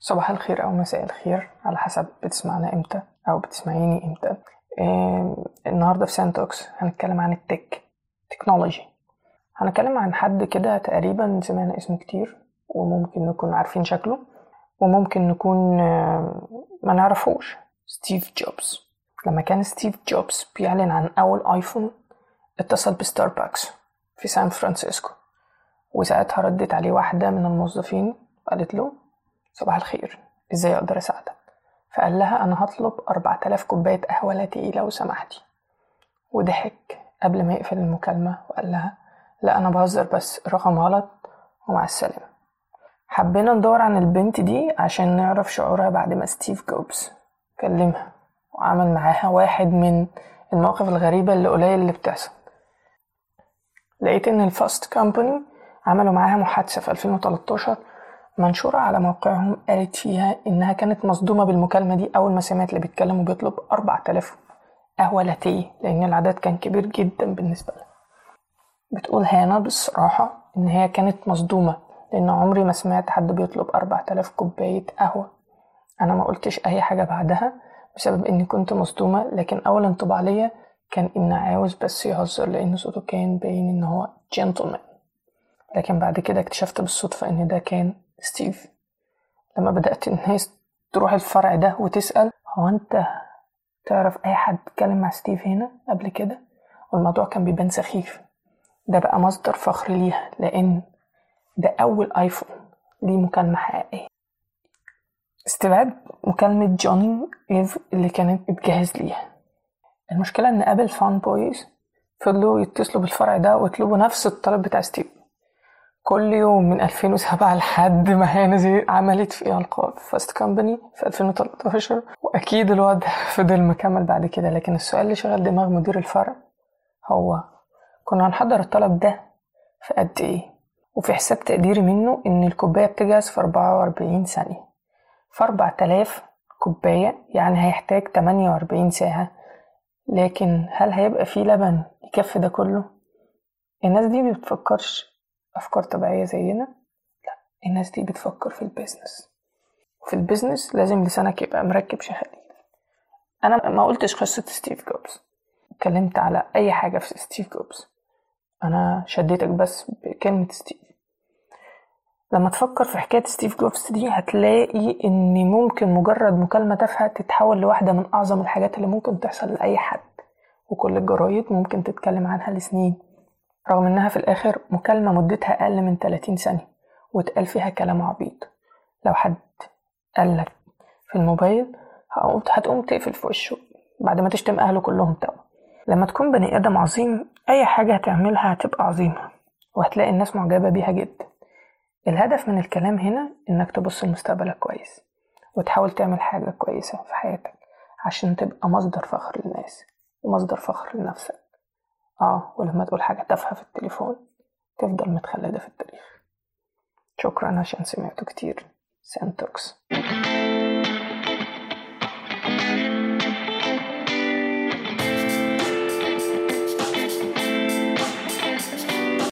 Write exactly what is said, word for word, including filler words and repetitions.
صباح الخير أو مساء الخير على حسب بتسمعنا إمتى أو بتسمعيني إمتى. إيه النهاردة في سانتوكس هنتكلم عن التك تكنولوجي. هنتكلم عن حد كده تقريبا سمعنا اسمه كتير وممكن نكون عارفين شكله وممكن نكون ما نعرفوش. ستيف جوبز. لما كان ستيف جوبز بيعلن عن أول آيفون اتصل بستاربكس في سان فرانسيسكو، وساعتها ردت عليه واحدة من الموظفين وقالت له صباح الخير، ازاي اقدر اساعدك؟ فقال لها انا هطلب أربعة آلاف كوباية قهوة لاتيه لو سمحتي، وضحك قبل ما يقفل المكالمة وقال لها لا انا بهزر بس الرقم غلط ومع السلامة. حبينا ندور عن البنت دي عشان نعرف شعورها بعد ما ستيف جوبز كلمها وعمل معاها واحد من المواقف الغريبة اللي قليل اللي بتحصل. لقيت ان الفاست كامباني عملوا معاها محادثة في ألفين وتلتاشر منشورة على موقعهم، قالت فيها إنها كانت مصدومة بالمكالمة دي أول ما سمعت اللي بيتكلم وبيطلب أربعة آلاف قهوة لاتيه، لأن العدد كان كبير جدا بالنسبة لها. بتقول هانا بالصراحة إن هي كانت مصدومة لأن عمري ما سمعت حد بيطلب أربعة آلاف كوباية قهوة. أنا ما قلتش أي حاجة بعدها بسبب إني كنت مصدومة، لكن أول انطباع ليا كان إنه عاوز بس يهزر لأن صوته كان باين إن هو جنتلمان. لكن بعد كده اكتشفت بالصدفة إن ده كان ستيف. لما بدأت الناس تروح الفرع ده وتسأل هو أنت تعرف أي حد اتكلم مع ستيف هنا قبل كده، والموضوع كان بيبان سخيف، ده بقى مصدر فخر ليها لأن ده أول آيفون ليه مكالمة حقيقية. استبعاد مكالمة جوني إيف اللي كانت بتجهز ليها. المشكلة إن أبل فان بويز فضلوا يتصلوا بالفرع ده ويطلبوا نفس الطلب بتاع ستيف كل يوم من ألفين وسبعة لحد ما هي نزل عملت في ألقاب فاست كامباني في ألفين وتلتاشر، وأكيد الوضع فضل مكمل بعد كده. لكن السؤال اللي شغل دماغ مدير الفرع هو كنا هنحضر الطلب ده في قد إيه؟ وفي حساب تقديري منه إن الكوباية بتجهز في أربعة وأربعين ثانية، في أربعة آلاف كوباية يعني هيحتاج تمانية وأربعين ساعة، لكن هل هيبقى فيه لبن يكفي ده كله؟ الناس دي ما بتفكرش أفكار طبيعية زينا، لا الناس دي بتفكر في البيزنس، وفي البيزنس لازم لسانك يبقى مركب شخاليل. أنا ما قلتش قصة ستيف جوبز، اتكلمت على أي حاجة في ستيف جوبز، أنا شديتك بس بكلمة ستيف. لما تفكر في حكاية ستيف جوبز دي هتلاقي إن ممكن مجرد مكالمة تافهة تتحول لواحدة من أعظم الحاجات اللي ممكن تحصل لأي حد، وكل الجرايد ممكن تتكلم عنها لسنين، رغم انها في الاخر مكالمة مدتها اقل من ثلاثين ثانية وتقال فيها كلام عبيط. لو حد قالك في الموبايل هتقوم تقفل في وشه بعد ما تشتم اهله كلهم توا. لما تكون بني ادم عظيم اي حاجة هتعملها هتبقى عظيمة وهتلاقي الناس معجبة بيها جدا. الهدف من الكلام هنا انك تبص لمستقبلك كويس وتحاول تعمل حاجة كويسة في حياتك عشان تبقى مصدر فخر للناس ومصدر فخر لنفسك. اه ولما تقول حاجة تافهة في التليفون تفضل متخلدة في التاريخ. شكرا عشان سمعتوا كتير. سانتوكس.